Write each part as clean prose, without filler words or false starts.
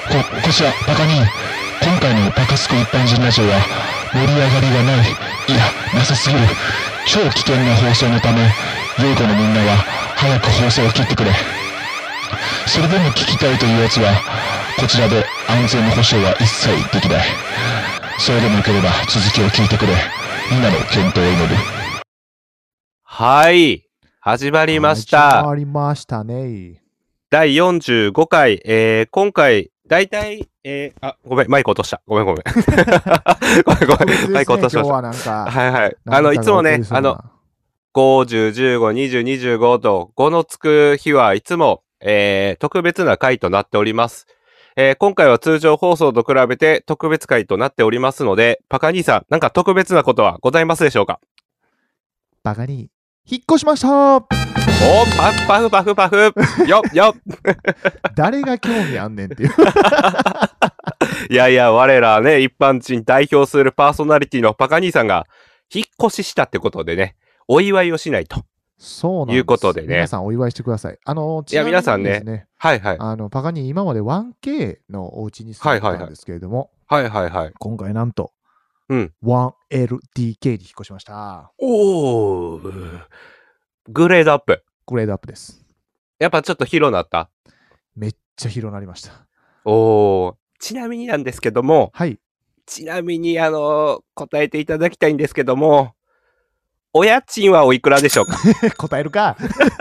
こちら、バカに、今回のバカスク一般人ラジオは、盛り上がりがない、いや、なさすぎる、超危険な放送のため、良い子のみんなは、早く放送を切ってくれ。それでも聞きたいというやつは、こちらで安全の保証は一切できない。それでもよければ続きを聞いてくれ。みんなの健闘を祈る。 はい。始まりまし始た。 まりましたね。 第45回。今回、だいたい、ごめん、マイク落とした。ごめん。ごめん、マイク落としました。 今日はなんか、 はいはい。いつもね、5、10、15、20、25と5のつく日はいつも、特別な回となっております。今回は通常放送と比べて特別回となっておりますので、パカ兄さん、なんか特別なことはございますでしょうか？ バカに引っ越しましたおー、パフよっ誰が興味あんねんっていういや、我らね、一般人代表するパーソナリティのパカ兄さんが引っ越ししたってことでね、お祝いをしないと。 そうなんです。 いうことでね。 皆さんお祝いしてください。ちなみにですね、 いや、皆さんね、はいはい。 パカに今まで 1K のお家に住んでたんですけれども、 はい。 今回なんと、 1LDK に引っ越しました。 おー、グレードアップ。 グレードアップです。 やっぱちょっと広なった？ めっちゃ広なりました。 おー、ちなみになんですけども、 はい。 ちなみに答えていただきたいんですけども、お家賃はおいくらでしょうか？ 答えるか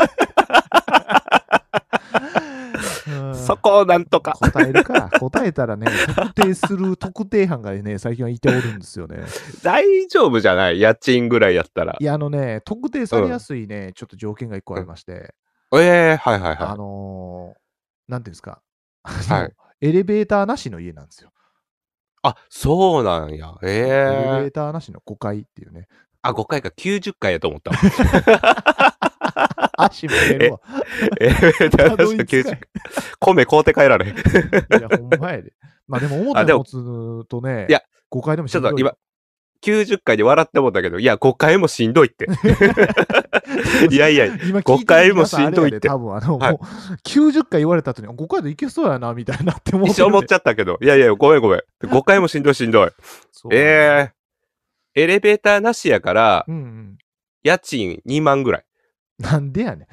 そこをなんとか。 答えるか。答えたらね、特定する特定班がね、最近はいておるんですよね。 大丈夫じゃない？家賃ぐらいやったら。 いや、特定されやすいね、ちょっと条件が一個ありまして。 はい。 なんていうんですか。 はい。 エレベーターなしの家なんですよ。 あ、そうなんや。 エレベーターなしの5階っていうね。 あ、5階か90階やと思ったわ。 足も出るわ。 エレベーターなしの90階。米買うて帰られ。 いや、ほんまやで。まあでも、表持つとね、 いや、 5階でもしんどい。 ちょっと今、90回で笑って思ったけど、いや、5回もしんどいって。いや、 今 5回もしんどいって。 多分もう90回言われた後に5回でいけそうやな、みたいなって思って。 一緒思っちゃったけど、いや、ごめん。5回もしんどい。エレベーターなしやから、家賃2万ぐらい。 なんでやねん。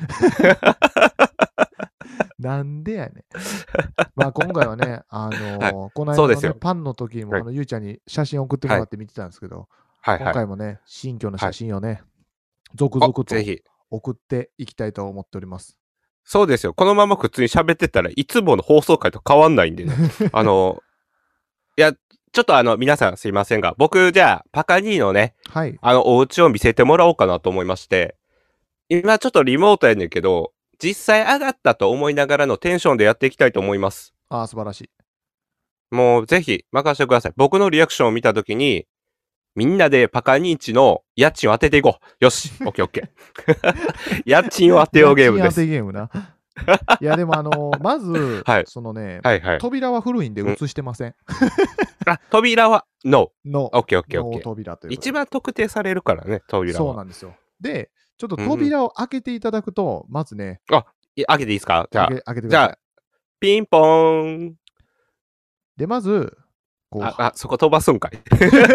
なんでやねん。まあ今回はね、この間のね、パンの時にも、ゆうちゃんに写真送ってもらって見てたんですけど、今回もね、新居の写真をね、続々と送っていきたいと思っております。 そうですよ。このまま普通に喋ってたらいつもの放送回と変わんないんでね。いや、ちょっと皆さんすいませんが、僕じゃあパカ兄のね、お家を見せてもらおうかなと思いまして、今ちょっとリモートやねんけど、実際上がったと思いながらのテンションでやっていきたいと思います。 ああ、素晴らしい。 もうぜひ任せてください。僕のリアクションを見たときに、みんなでパカニーチの家賃を当てていこう。よし、オッケー。家賃を当てようゲームです。 家賃当てゲームな。いや、でもまず、そのね、扉は古いんで映してません。 あ、扉は、ノー。オッケー。 扉という。 一番特定されるからね、扉は。 そうなんですよ。で、ちょっと扉を開けていただくと、まずね。 あ、開けていいですか？じゃあ、 開けてください。 ピンポーン。 で、まず、 そこ飛ばすんかい。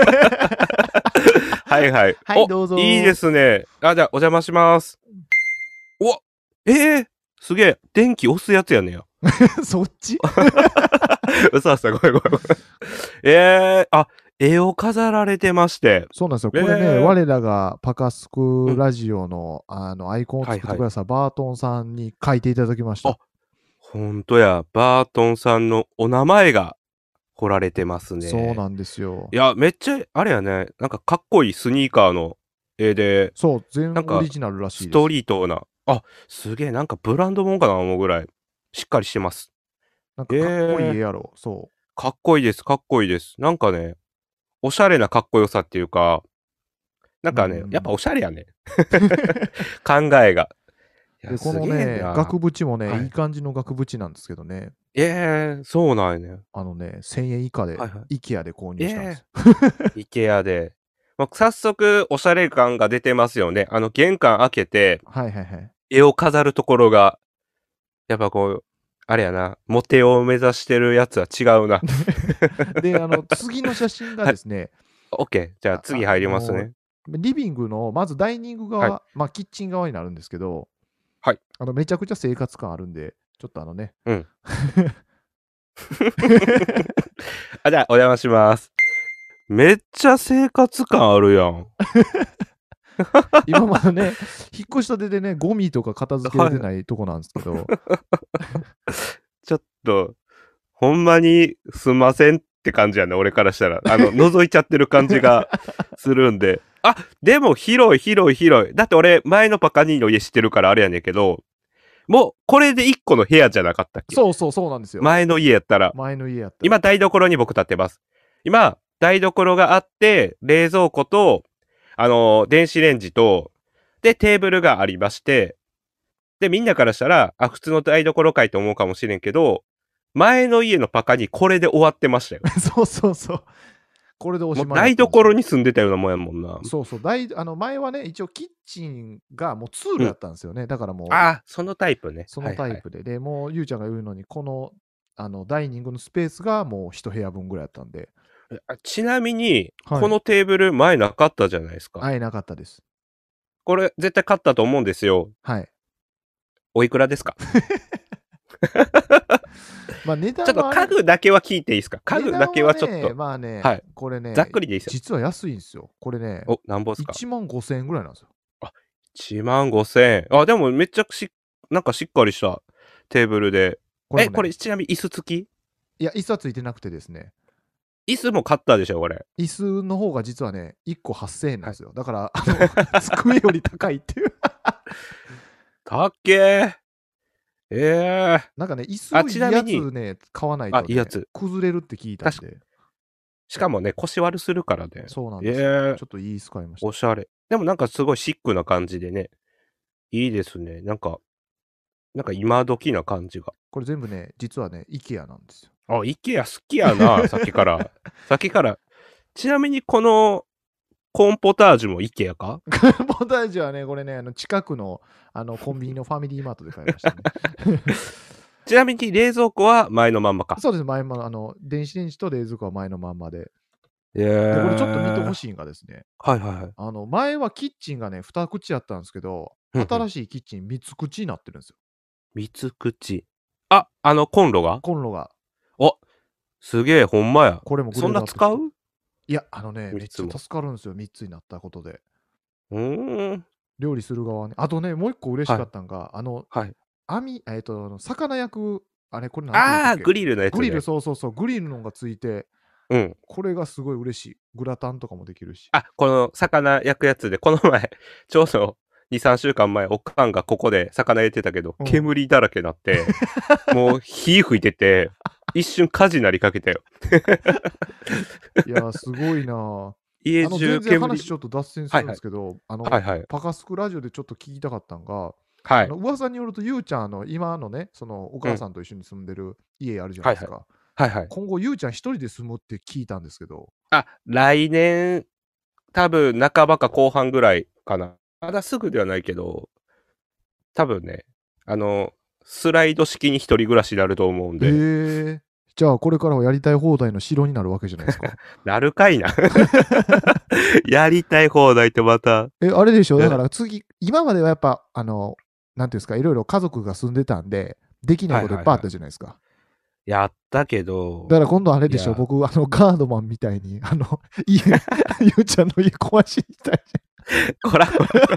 はい。 はい、どうぞ。 いいですね。じゃあ、お邪魔します。うわ、すげえ。電気押すやつやねや。 そっち嘘、ごめん。絵を飾られてまして。 そうなんですよ。これね、我らがパカスクラジオの、アイコンを作ってください、バートンさんに書いていただきました。 ほんとや。バートンさんのお名前が彫られてますね。 そうなんですよ。 いや、めっちゃ、あれやね。なんかかっこいいスニーカーの絵で。 そう、全オリジナルらしいです。 ストリートな。すげえ。なんかブランドもんかな思うぐらい。しっかりしてます。 なんかかっこいい絵やろ。そう。 かっこいいです。なんかね、おしゃれなかっこよさっていうか、なんかね、やっぱおしゃれやね。考えが。 で、このね、額縁もね、いい感じの額縁なんですけどね。 そうなんやね。 1000円以下で、IKEA で購入したんです。 IKEA で。早速、おしゃれ感が出てますよね。玄関開けて、絵を飾るところが、やっぱこう、 あれやな、モテを目指してるやつは違うな。 で、次の写真がですね、 オッケー。じゃあ次入りますね。 リビングの、まずダイニング側、まあキッチン側になるんですけど、 はい。 めちゃくちゃ生活感あるんで、ちょっとうん。じゃあ、お邪魔します。めっちゃ生活感あるやん。 今まだね、引っ越したてでね、ゴミとか片付けられてないとこなんですけど。 ちょっと、ほんまにすんませんって感じやね、俺からしたら。覗いちゃってる感じがするんで。あ、でも広い。だって俺、前のパカニーの家知ってるからあれやねんけど、もう、これで1個の部屋じゃなかったっけ？ そうなんですよ。 前の家やったら。今、台所に僕立ってます。今、台所があって、冷蔵庫と、電子レンジと、で、テーブルがありまして、で、みんなからしたら、普通の台所かいと思うかもしれんけど、前の家のパカにこれで終わってましたよ。 そう。これでおしまい。 台所に住んでたようなもんやもんな。 そう。前はね、一応キッチンがもうツールだったんですよね。だからもう。 そのタイプね。 そのタイプで。で、もう、ゆうちゃんが言うのに、この、ダイニングのスペースがもう一部屋分ぐらいやったんで。 ちなみに、このテーブル前なかったじゃないですか。 なかったです。 これ絶対買ったと思うんですよ。 はい。 おいくらですか？ まあ値段ちょっと家具だけは聞いていいですか？家具だけはちょっと。 まあね、 はい。 これね、 ざっくりでいいですよ。 実は安いんですよ。これね、 なんぼですか ？1万5000円ぐらいなんですよ。 1万5000円。でもめっちゃなんかしっかりしたテーブルで。これちなみに椅子付き？ いや、椅子はついてなくてですね。 椅子も買ったでしょ、これ。 椅子の方が実はね、1個8000円なんですよ。だから、机より高いっていう。 かっけー。 なんかね、椅子いいやつね、買わないと、ね、 いいやつ崩れるって聞いたんで。 しかもね、腰悪するからね。 そうなんですよ。ちょっといい椅子買いました。 おしゃれ。でもなんかすごいシックな感じでね。いいですね。なんか今時な感じが。 これ全部ね、実はね、IKEA なんですよ。 IKEA 好きやな、さっきから。ちなみにこのコーンポタージュも IKEA か？ コーンポタージュはね、これね、近くのコンビニのファミリーマートで買いましたね。 ちなみに冷蔵庫は前のまんまか。 そうです、前も電子レンジと冷蔵庫は前のまんまで。で、これちょっと見てほしいんがですね。前はキッチンがね、2口やったんですけど、新しいキッチン3つ口になってるんですよ。 3つ口。コンロが？ コンロが。 すげえ、ほんまや。 これもそんな使う？ いや、めっちゃ助かるんですよ、3つになったことで。 料理する側ね。あとね、もう一個嬉しかったんが、魚焼く、これなんていうグリルのやつ、ね。 グリル、そう。グリルのがついて、これがすごい嬉しい。グラタンとかもできるし。 この魚焼くやつで、この前、ちょうど2、3週間前、おかんがここで魚入れてたけど、煙だらけになって、もう火吹いてて、一瞬火事になりかけたよ。 いや、すごいな。 家中全然話ちょっと脱線するんですけど、パカスクラジオでちょっと聞きたかったんが、噂によると、ゆうちゃん、今のね、そのお母さんと一緒に住んでる家あるじゃないですか。今後、ゆうちゃん一人で住むって聞いたんですけど。 来年、多分半ばか後半ぐらいかな。まだすぐではないけど、多分ね、スライド式に一人暮らしになると思うんで。 じゃあこれからはやりたい放題の城になるわけじゃないですか。 なるかいな。やりたい放題ってまた。 あれでしょ、だから今まではやっぱ、なんていうんですか、いろいろ家族が住んでたんで、できないこといっぱいあったじゃないですか。 やったけど。 だから今度あれでしょ、僕、ガードマンみたいに、ゆうちゃんの家壊しにしたいじゃん。こら。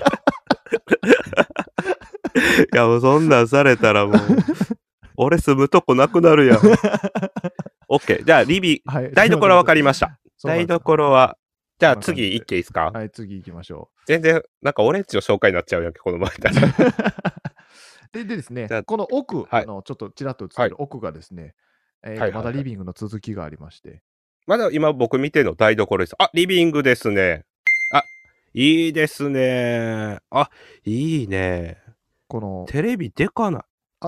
いや、もうそんなんされたらもう、俺住むとこなくなるやん。オッケー。じゃあ、台所は分かりました。台所は、じゃあ次行っていいですか？ はい、次行きましょう。 全然、なんか俺んちの紹介になっちゃうやんけ、この前だら。 でですね、この奥、ちょっとちらっと映ってる奥がですね、まだリビングの続きがありまして。 まだ今僕見てるの台所です。リビングですね。いいですね。いいね。 このテレビでかない。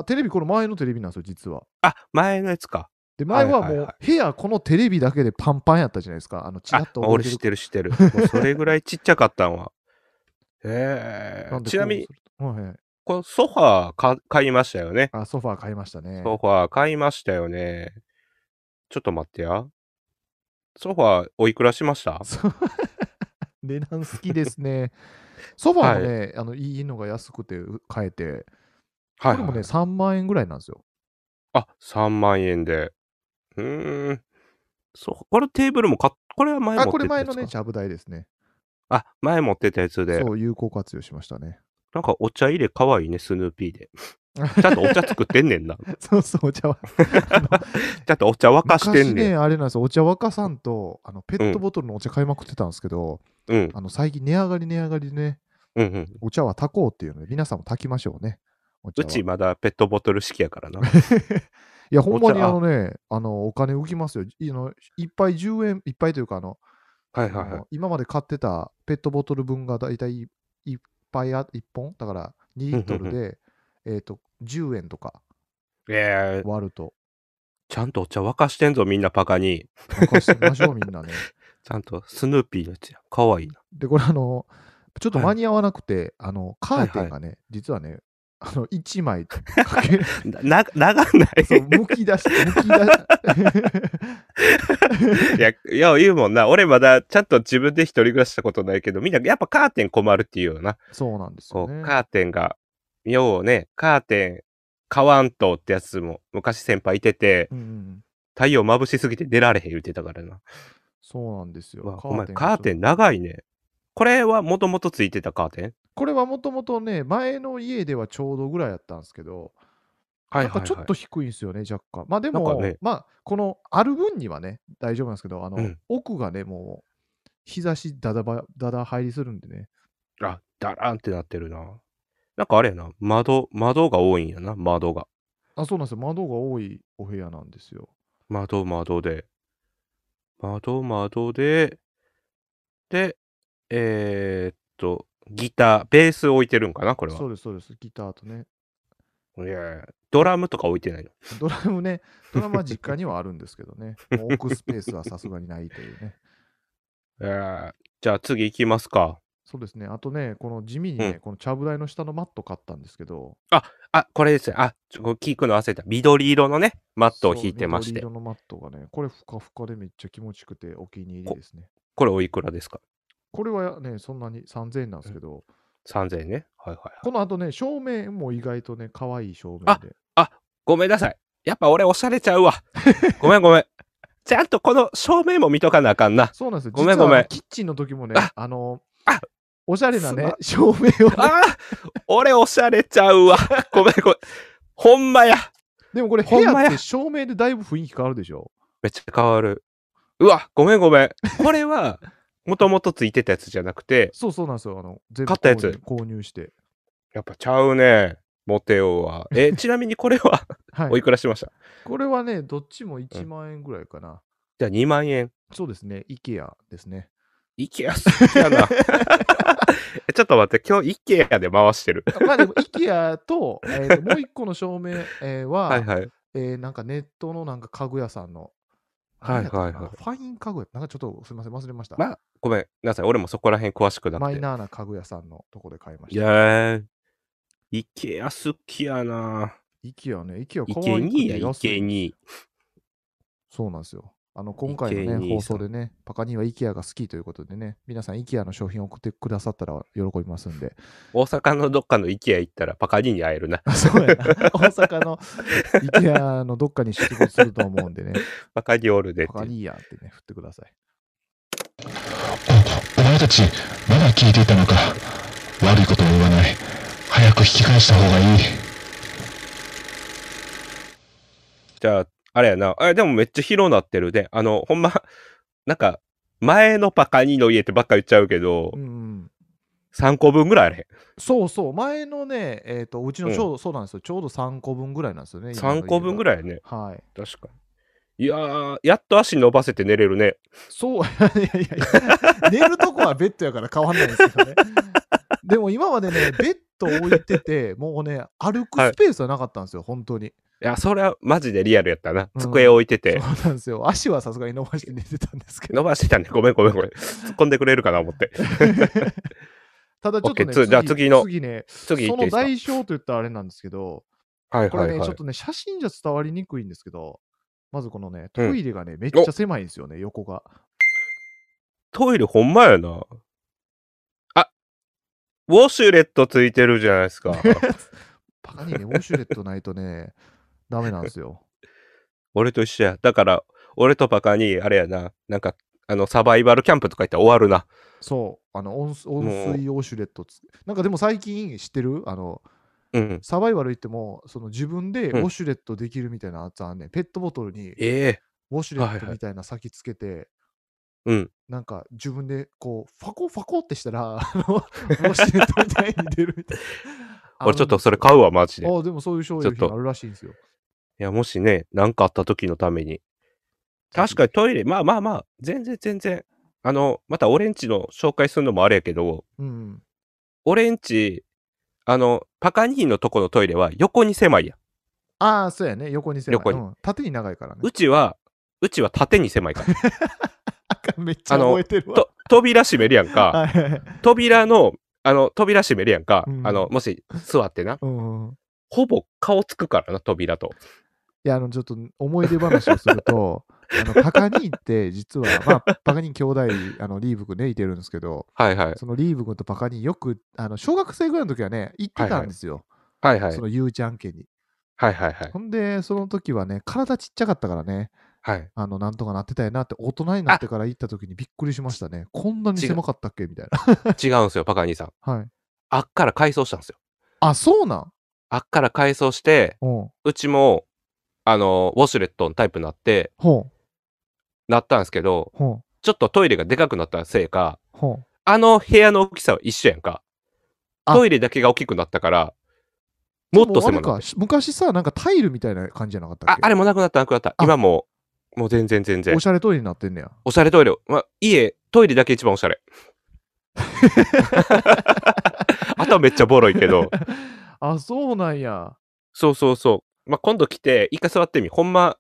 テレビ、この前のテレビなんですよ、実は。 前のやつか。 で、前はもう、部屋、このテレビだけでパンパンやったじゃないですか。ちらっと俺知ってる。もうそれぐらいちっちゃかったんは。ちなみに、 このソファー買いましたよね。 あ、ソファー買いましたね。 ソファー買いましたよね。ちょっと待ってや。ソファーおいくらしました？ 値段好きですね。ソファーもね、はい、いいのが安くて買えて、これもね、3万円ぐらいなんですよ。 あ、3万円で。そう、これテーブルもこれは前持ってたやつか。 これ前のね、ちゃぶ台ですね。 あ、前持ってたやつで。 そう、有効活用しましたね。 なんかお茶入れかわいいね、スヌーピーで。ちゃんとお茶作ってんねんな。 そうそう、お茶は。 ちゃんとお茶沸かしてんねん。 昔ね、あれなんですよ、お茶沸かさんと、ペットボトルのお茶買いまくってたんですけど、最近値上がりでね、お茶は炊こうっていうので、皆さんも炊きましょうね。 うちまだペットボトル式やからな。 いや、ほんまにお金浮きますよ。いっぱい10円、いっぱいというか、今まで買ってたペットボトル分がだいたいいっぱい1本だから2リットルで、10円とか割ると。 ちゃんとお茶沸かしてんぞ、みんなパカに。 沸かしてみましょう、みんなね。 ちゃんとスヌーピーのやつや。かわいいな。 で、これちょっと間に合わなくて、カーテンがね、実はね、1枚かけ長ないそう、むき出し。 いや、言うもんな。俺まだちゃんと自分で一人暮らししたことないけど、みんなやっぱカーテン困るっていうよな。 そうなんですよね。 カーテンが、ようね、カーテン買わんとってやつも昔先輩いてて、太陽眩しすぎて出られへん言ってたからな。 そうなんですよ。 お前カーテン長いね。これはもともとついてたカーテン？ これはもともとね、前の家ではちょうどぐらいやったんですけど、なんかちょっと低いんですよね、若干。まあでも、このある分にはね、大丈夫なんですけど、奥がね、もう、日差しだだ入りするんでね。 あ、だらんってなってるな。なんかあれやな、窓が多いんやな、窓が。 あ、そうなんですよ。窓が多いお部屋なんですよ。 窓で。で、ギター、ベース置いてるんかな、これは。 そうです、そうです。ギターとね。 いやドラムとか置いてないの？ ドラムは実家にはあるんですけどね。もう置くスペースはさすがにないというね。 じゃあ次行きますか。 そうですね。あとね、この地味にね、このちゃぶ台の下のマット買ったんですけど。 これですね。聞くの忘れた。緑色のね、マットを引いてまして。 緑色のマットがね、これふかふかでめっちゃ気持ちよくてお気に入りですね。 これおいくらですか？これはね、そんなに3000円なんですけど。 3000円ね。はい。 この後ね、照明も意外とね、可愛い照明で。 ごめんなさい。やっぱ俺おしゃれちゃうわ。ごめん。ちゃんとこの照明も見とかなあかんな。 そうなんですよ。 ごめん。 キッチンの時もね、おしゃれなね、照明を、ね。 俺おしゃれちゃうわ。ごめん。ほんまや。 でもこれ部屋って照明でだいぶ雰囲気変わるでしょ？ めっちゃ変わる。うわ、ごめん。これは、もともとついてたやつじゃなくて。 そうなんですよ。 全部買ったやつ。 購入して。 やっぱちゃうね。モテオは。ちなみにこれはおいくらしました？これはね、どっちも1万円ぐらいかな。 じゃあ2万円。 そうですね。IKEA ですね。 IKEA 好きやな。ちょっと待って、今日 IKEA で回してる。 まあでも IKEA と、もう一個の照明、は、なんかネットのなんか家具屋さんの、ファイン家具屋、なんかちょっとすみません、忘れました。 ごめんなさい。俺もそこら辺詳しくなくて。 マイナーな家具屋さんのとこで買いました。 IKEA 好きやな。 IKEA ね、IKEA かわいいや、 IKEA。 そうなんですよ。今回のね、放送でね、パカニーは IKEA が好きということでね、皆さん IKEA の商品を送ってくださったら喜びますんで。 大阪のどっかの IKEA 行ったらパカニーに会えるな。 そうやな。大阪の IKEA のどっかに出没すると思うんでね。 パカニーおるで。 パカニーやってね、振ってください。 お前たち、まだ聞いていたのか。悪いことを言わない。早く引き返した方がいい。 じゃあ、あれやな。でもめっちゃ広なってるね。ほんま、なんか、前のパカニーの家ってばっか言っちゃうけど、3個分ぐらいあれへん。 そう。前のね、うちのそうなんですよ。ちょうど3個分ぐらいなんですよね。 3個分ぐらいね。 はい。 確かに。いやー、やっと足伸ばせて寝れるね。 そう、いや、寝るとこはベッドやから変わんないんですけどね。でも今までね、ベッド置いてて、もうね、歩くスペースはなかったんですよ、本当に。 いや、それはマジでリアルやったな。机置いてて。 そうなんですよ。足はさすがに伸ばして寝てたんですけど。 伸ばしてたね。ごめん。突っ込んでくれるかな思って。 ただちょっとね、 じゃあ次の、 次ね、 次その代償と言ったらあれなんですけど、 はいこれね、ちょっとね、写真じゃ伝わりにくいんですけど、まずこのね、トイレがね、めっちゃ狭いんですよね、横が。 トイレほんまやな。あ、ウォシュレットついてるじゃないですか。 バカにね、ウォシュレットないとね、ダメなんですよ。 俺と一緒や。だから、俺とバカに、あれやな、なんか、サバイバルキャンプとか行ったら終わるな。 そう、温水ウォシュレットなんかでも最近知ってるサバイバル行っても、その自分でウォシュレットできるみたいなやつあんねん。ペットボトルに、ウォシュレットみたいな先つけて、なんか自分でこう、ファコファコってしたら、ウォシュレットみたいに出るみたいな。 俺ちょっとそれ買うわ、マジで。 でもそういう商品あるらしいんですよ。いや、もしね、なんかあった時のために。確かにトイレ、まあ、全然。またオレンジの紹介するのもあれやけど、オレンジ、パカニーのとこのトイレは横に狭いやん。 ああ、そうやね。横に狭い。縦に長いからね。 うちは縦に狭いから。 めっちゃ覚えてるわ。 扉閉めるやんか。扉閉めるやんか。もし座ってな。ほぼ顔つくからな、扉と。 いや、ちょっと思い出話をすると、パカニーって実は、まあ、パカニー兄弟、リーブ君ね、いてるんですけど、そのリーブ君とパカニーよく、小学生ぐらいの時はね、行ってたんですよ。そのゆうちゃん家に。ほんで、その時はね、体ちっちゃかったからね、なんとかなってたよなって、大人になってから行った時にびっくりしましたね。こんなに狭かったっけみたいな。 違うんですよ、パカニーさん。あっから改装したんですよ。 あ、そうなん？ あっから改装して、うちも、ウォシュレットのタイプになって、なったんですけど、ちょっとトイレがでかくなったせいか、部屋の大きさは一緒やんか。トイレだけが大きくなったから、もっと狭くなった。 昔さ、なんかタイルみたいな感じじゃなかったっけ？ あれもなくなった。今もう全然。 おしゃれトイレになってんねや。 おしゃれトイレ。トイレだけ一番おしゃれ。あとはめっちゃボロいけど。 あ、そうなんや。 そう。今度来て、一回座ってみ。ほんま、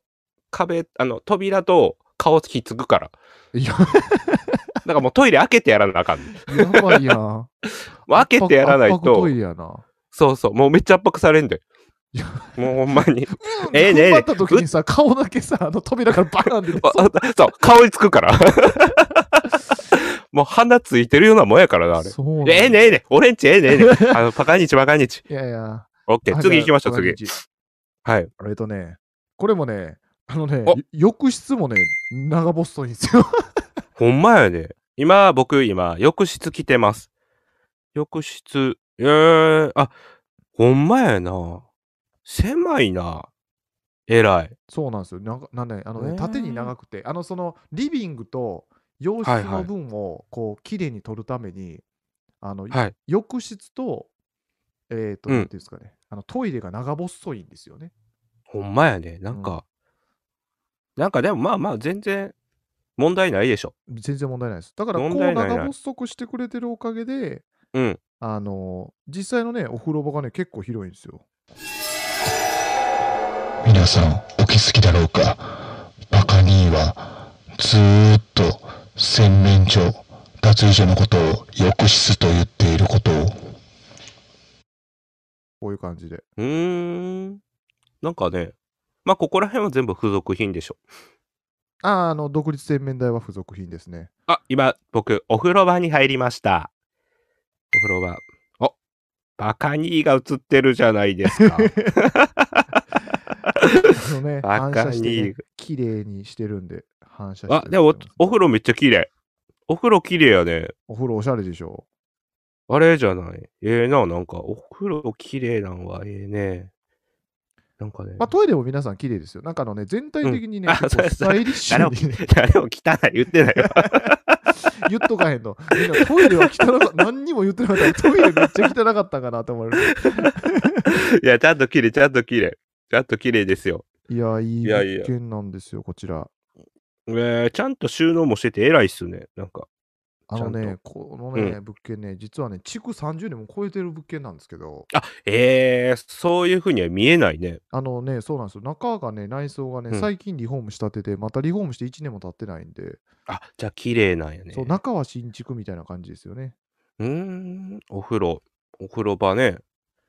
扉と顔ひっつくから。いや。だからもうトイレ開けてやらなあかん。 やばいやん。 開けてやらないと。 圧迫トイレやな。 そう。もうめっちゃ圧迫されんで。もうほんまに。 踏ん張った時にさ、顔だけさ、扉からバーンってそう、顔につくから。もう鼻ついてるようなもんやからな、あれ。ねオレンジパカニチ。 いや。 オッケー、次行きましょう、次。はい。 これもね、浴室もね、長細いんですよ。 ほんまやね。僕、浴室来てます。浴室、ほんまやな。狭いな。えらい。 そうなんですよ。縦に長くて、そのリビングと洋室の分をこう綺麗に取るために、浴室と、なんていうんですかね、トイレが長細いんですよね。 ほんまやね。なんかでもまあ全然問題ないでしょ。 全然問題ないです。だからこう長細くしてくれてるおかげで、実際のね、お風呂場がね、結構広いんですよ。 皆さんお気づきだろうか。パカニーはずーっと洗面所、脱衣所のことを浴室と言っていることを。 こういう感じで。 なんかね、まあここら辺は全部付属品でしょ。 独立洗面台は付属品ですね。 今僕お風呂場に入りました。お風呂場。パカニーが映ってるじゃないですか。 反射して綺麗にしてるんで、反射してる。 でもお風呂めっちゃ綺麗。お風呂綺麗やね。 お風呂おしゃれでしょ。 あれじゃない。なんかお風呂綺麗なんはね。なんかね。 トイレも皆さん綺麗ですよ。なんか全体的にね、スタイリッシュに。 誰も汚い言ってないよ。 言っとかへんの。みんなトイレは汚かった。何にも言ってなかった。トイレめっちゃ汚かったかなと思う。 いや、ちゃんと綺麗ですよ。 いや、いい物件なんですよ、こちら。 ちゃんと収納もしてて偉いっすね。なんか。 このね、物件ね、実はね、築30年も超えてる物件なんですけど。 そういうふうには見えないね。 そうなんですよ。中がね、内装がね、最近リフォームしたてて、またリフォームして1年も経ってないんで。 じゃあ綺麗なんやね。 そう、中は新築みたいな感じですよね。 お風呂場ね。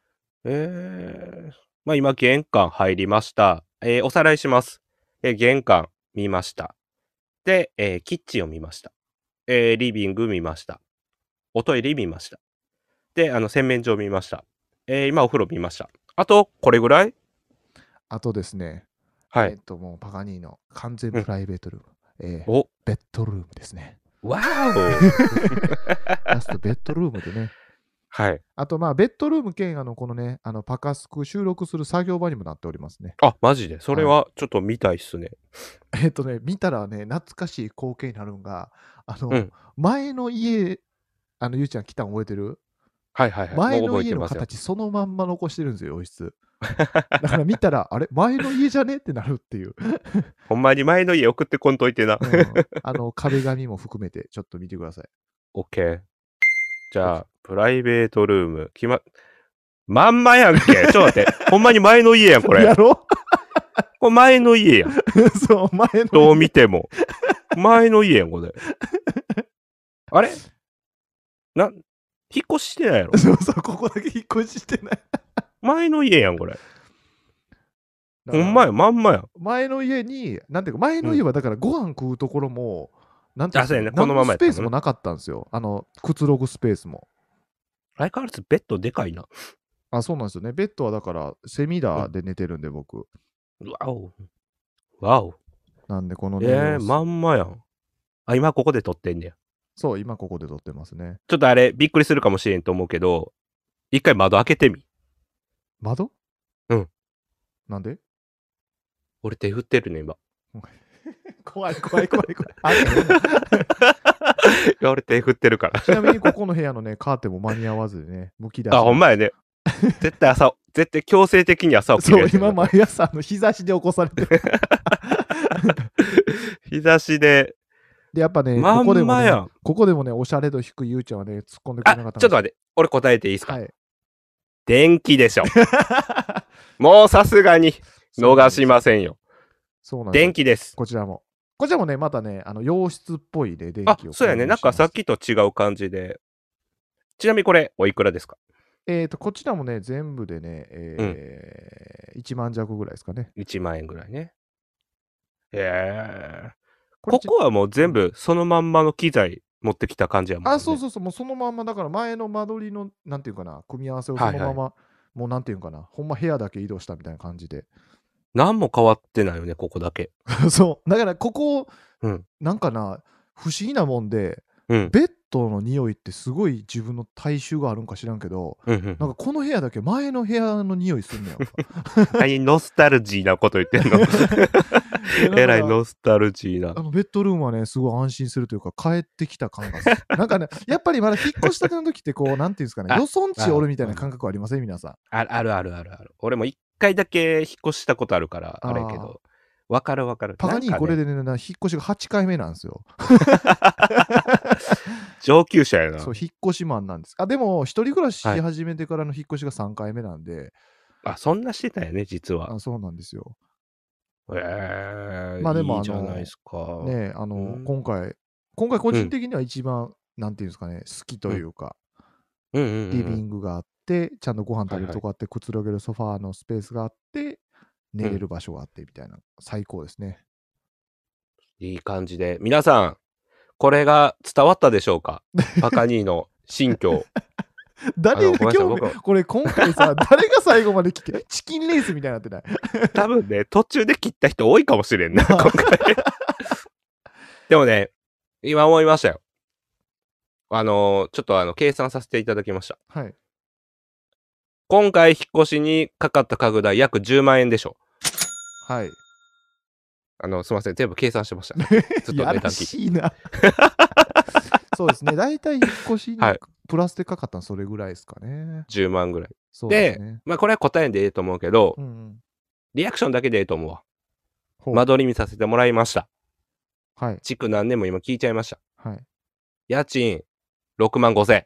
まあ今玄関入りました。おさらいします。玄関見ました。で、キッチンを見ました。リビング見ました。おトイレ見ました。で、洗面所見ました。今お風呂見ました。あと、これぐらい？ あとですね、 はい。 もうパガニーの完全プライベートルーム。 おベッドルームですね。 わーおラストベッドルームでね。 はい。 あと、まあ、ベッドルーム兼、このね、パカスク収録する作業場にもなっておりますね。 あ、マジでそれはちょっと見たいっすね。 見たらね、懐かしい光景になるんが、前の家、ゆうちゃん来たん覚えてる？ はいはいはい。 前の家の形そのまんま残してるんですよ、洋室。だから見たら、あれ前の家じゃねってなるっていう。 ほんまに前の家送ってこんといてな。 壁紙も含めてちょっと見てください。 OK。じゃあ、プライベートルーム、まんまやんけ。ちょっと待って。ほんまに前の家やん、これ。 やろ？ これ前の家やん。 そう、前の家。 どう見ても。前の家やん、これ。あれ引っ越ししてないやろ？ そうそう、ここだけ引っ越ししてない。 前の家やん、これ。ほんまや、まんまや。 前の家に、なんていうか、前の家はだからご飯食うところも、なんていうか、 ね、このままやスペースもなかったんですよ。くつろぐスペースも。 相変わらずベッドでかいな。 あ、そうなんですよね。ベッドはだから、セミダーで寝てるんで、僕。 わお。わお。 なんで、このね。 まんまやん。あ、今ここで撮ってんねや。 そう、今ここで撮ってますね。 ちょっとあれ、びっくりするかもしれんと思うけど、一回窓開けてみ。窓？うん。 なんで？ 俺手振ってるね、今。 怖い。 俺手振ってるから。 ちなみにここの部屋のね、カーテンも間に合わずでね、むき出し。 あ、ほんまやね。絶対強制的に朝起きる。 そう、今毎朝日差しで起こされてる。 日差しで。 で、やっぱね、 ここでもね、おしゃれ度低いゆうちゃんはね、突っ込んでくれなかった。 ちょっと待って、俺答えていいですか？はい。電気でしょ。もうさすがに逃しませんよ。 そうなんです。 電気です。 こちらもね、またね、洋室っぽいで電気を。 そうやね。なんかさっきと違う感じで。ちなみにこれ、おいくらですか？ こちらもね、全部でね、1万弱ぐらいですかね。 1万円ぐらいね。ここはもう全部そのまんまの機材持ってきた感じやもんね。 あ、そう、もうそのまんま、だから前の間取りの、なんていうかな、組み合わせをそのまま、もうなんていうかな、ほんま部屋だけ移動したみたいな感じで。 何も変わってないよね、ここだけ。 そう。だからここ、なんかな、不思議なもんで、ベッドの匂いってすごい自分の体臭があるんか知らんけど、なんかこの部屋だけ前の部屋の匂いすんねやんか。 何ノスタルジーなこと言ってんの？えらいノスタルジーな。 ベッドルームはね、すごい安心するというか、帰ってきた感がする。なんかね、やっぱりまだ引っ越したての時ってこう、なんていうんですかね、よそんちおるみたいな感覚ありません？皆さん。 ある。俺も1回だけ引っ越したことあるから、あれやけど。わかる。 パガニーこれでね、引っ越しが8回目なんですよ。 上級者やな。 そう、引っ越しマンなんです。でも、一人暮らしし始めてからの引っ越しが3回目なんで。 そんなしてたよね、実は。 そうなんですよ。 まあでも、いいじゃないですか。 ね、今回個人的には一番、なんていうんですかね、好きというか、リビングがあって、ちゃんとご飯食べるとこあって、くつろげるソファーのスペースがあって、寝れる場所があってみたいな、最高ですね。いい感じで。皆さん、これが伝わったでしょうか？パカニーの新居。 誰が興味、これ今回さ、誰が最後まで聞け、チキンレースみたいになってない？ 多分ね、途中で切った人多いかもしれんな、今回。でもね、今思いましたよ。ちょっと計算させていただきました。 はい。 今回引っ越しにかかった家具代約10万円でしょ。 はい。 すいません。全部計算してました。ずっとやらしいな。そうですね。大体引っ越しにプラスでかかったのそれぐらいですかね。 10万ぐらい。で、まあこれは答えでいいと思うけど、リアクションだけでいいと思うわ。間取り見させてもらいました。 はい。 築何年も今聞いちゃいました。 はい。 家賃6万5千。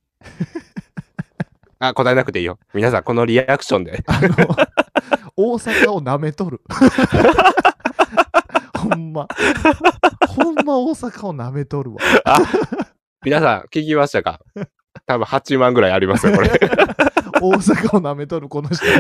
答えなくていいよ。皆さん、このリアクションで。 大阪を舐めとる。ほんま大阪を舐めとるわ。 皆さん、聞きましたか？ 多分8万ぐらいありますよ、これ。 大阪を舐めとる、この人。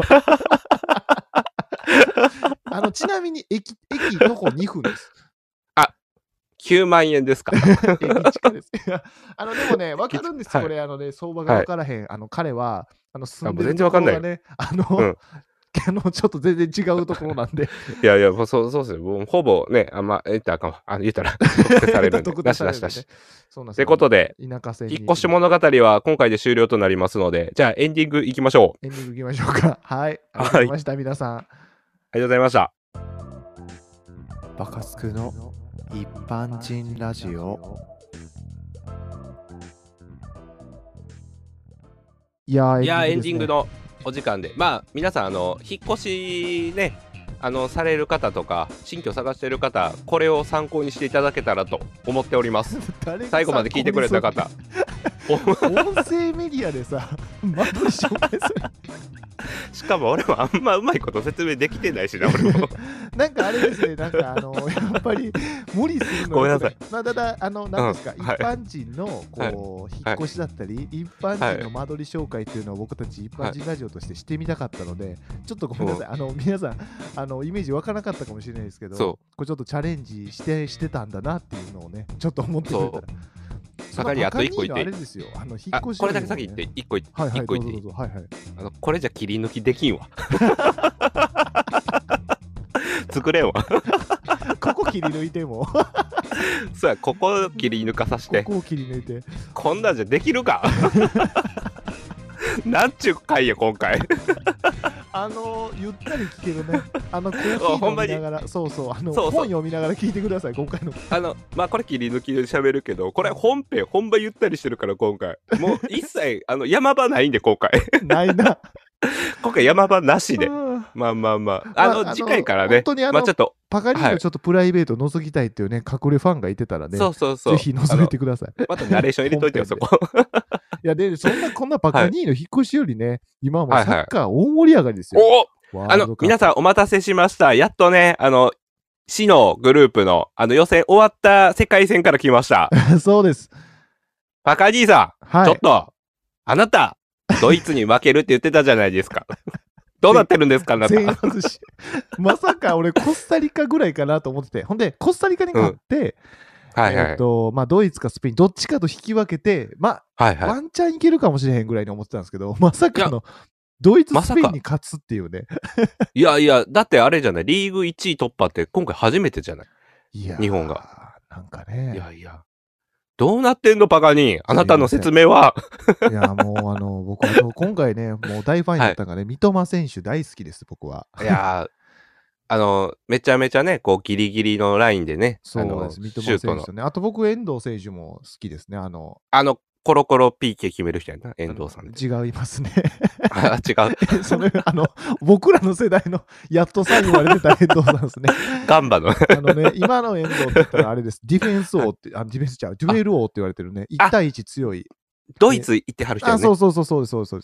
ちなみに駅徒歩2分です。 9万円ですか。 駅近です。でもね、わかるんですよ、これ、相場がわからへん。彼は、住んでるところがね、ちょっと全然違うところなんで。 いやいや、そうですよ。もうほぼね、言ったらあかんわ。言ったら、特定されるんで。なし。ということで、引っ越し物語は今回で終了となりますので、じゃあエンディングいきましょう。エンディングいきましょうか。はい。ありがとうございました、皆さん。 ありがとうございました。 バカスクの一般人ラジオ。いや、 エンディングのお時間で、皆さん引っ越しねされる方とか新居探してる方、これを参考にしていただけたらと思っております。最後まで聞いてくれた方、 音声メディアでさ、間取り紹介する。 しかも俺もあんまうまいこと説明できてないしな、俺も。 なんかあれですね、なんかやっぱり無理するの。 ごめんなさい。 ただ何ですか、一般人のこう引っ越しだったり、一般人の間取り紹介っていうのを僕たち一般人ラジオとしてしてみたかったので、ちょっとごめんなさい。皆さんイメージ湧かなかったかもしれないですけど、これちょっとチャレンジしてたんだなっていうのをね、ちょっと思ってくれたら。 中にあと1個言ってあれですよ、引っ越し、 これだけ先言って1個言って、 はいはい、 1個言っていい？ はいはい、 これじゃ切り抜きできんわ。作れんわ。 ここ切り抜いても。 そうや、ここ切り抜かさせて。 ここを切り抜いて。 こんなんじゃできるか。なんちゅう回や今回。 ゆったり聞けるね。コーヒー飲みながら、そう本読みながら聞いてください、今回の。 これ切り抜きで喋るけど、これ本編ゆったりしてるから今回。もう一切、山場ないんで今回。 ないな。 今回山場なしで。次回からね、 本当にちょっと。 パカリのちょっとプライベート覗きたいっていうね、隠れファンがいてたらね、ぜひ覗いてください。 またナレーション入れといてよ、そこ。 いや、で、こんなパカニーの引っ越しよりね、今はもうサッカー大盛り上がりですよ。 皆さんお待たせしました。やっとね、市のグループの、予選終わった世界戦から来ました。 そうです。 パカ兄さん、ちょっと、あなた、ドイツに負けるって言ってたじゃないですか。どうなってるんですか、あなた。 まさか俺、コスタリカぐらいかなと思ってて、ほんで、コスタリカに勝って、ドイツかスペイン、どっちかと引き分けて、ワンチャンいけるかもしれへんぐらいに思ってたんですけど、まさかの、ドイツ、スペインに勝つっていうね。 いやいや、だってあれじゃない、リーグ1位突破って今回初めてじゃない。日本が。 なんかね。 いやいや。どうなってんの、パカニー。あなたの説明は。 いや、もう僕は今回ね、もう大ファンだったからね、三笘選手大好きです、僕は。 いやめちゃめちゃね、こう、ギリギリのラインでね、 そうです、三笘選手とね。あと僕、遠藤選手も好きですね。 コロコロ PK 決める人やな、遠藤さん。 違いますね。 違う。 僕らの世代のやっと最後まで出た遠藤さんですね。 ガンバの。 今の遠藤って言ったらあれです。ディフェンス王って、ディフェンスちゃう、デュエル王って言われてるね。1対1強い。 ドイツ行ってはる人やね。 そうです。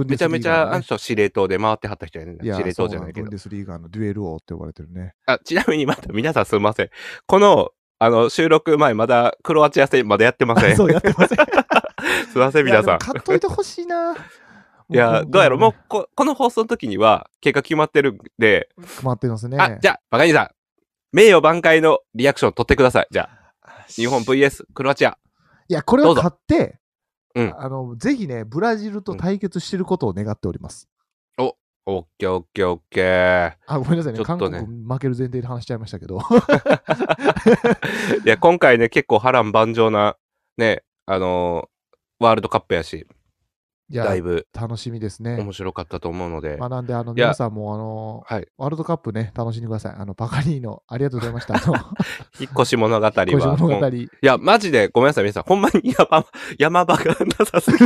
めちゃめちゃ司令塔で回ってはった人やね。司令塔じゃないけど。 ブンデスリーガーのデュエル王って呼ばれてるね。 ちなみにまた皆さんすみません。この、収録前まだクロアチア戦まだやってません。 そう、やってません。 すいません、皆さん。 買っといてほしいな。 いや、どうやろう、もうこの放送の時には結果決まってるんで。 決まってますね。 じゃあ、バカニーさん、名誉挽回のリアクション取ってください。じゃあ、日本 VS クロアチア。 いや、これを買って、ぜひね、ブラジルと対決してることを願っております。 オッケー。 ごめんなさいね。韓国負ける前提で話しちゃいましたけど。 いや、今回ね、結構波乱万丈な、ね、ワールドカップやし、だいぶ楽しみですね。 面白かったと思うので。 なんで、皆さんも、ワールドカップね、楽しんでください。パカニーノ、ありがとうございました。 引っ越し物語は。いや、マジで、ごめんなさい、皆さん。ほんまに山場がなさすぎて。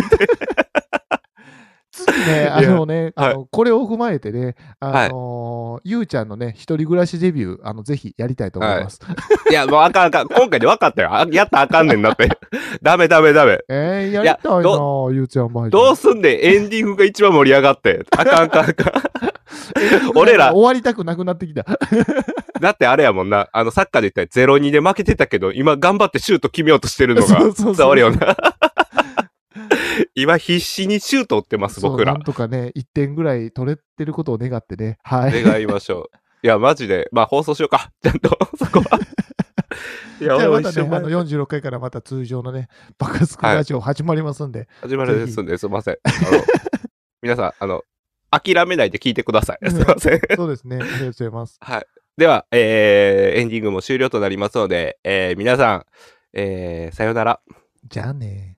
次ね、これを踏まえてね、ゆうちゃんのね、一人暮らしデビュー、ぜひやりたいと思います。 いや、もうあかん。今回で分かったよ。やったらあかんねんなって。ダメ。 やりたいな、ゆうちゃん前どうすんねん、エンディングが一番盛り上がって。あかん。俺ら。 終わりたくなくなってきた。 だってあれやもんな、サッカーで言ったら 0-2 で負けてたけど、今頑張ってシュート決めようとしてるのが伝わるよな。 今必死にシュート打ってます、僕ら。 なんとかね、1点ぐらい取れてることを願ってね。はい。 願いましょう。いや、マジで、まあ放送しようか。ちゃんと、そこは。 いや、またね、46回からまた通常のね、バカスクラジオ始まりますんで。 始まるですんで、すいません。皆さん、諦めないで聞いてください。すいません。 そうですね。ありがとうございます。 はい。では、エンディングも終了となりますので、皆さん、さよなら。 じゃあね。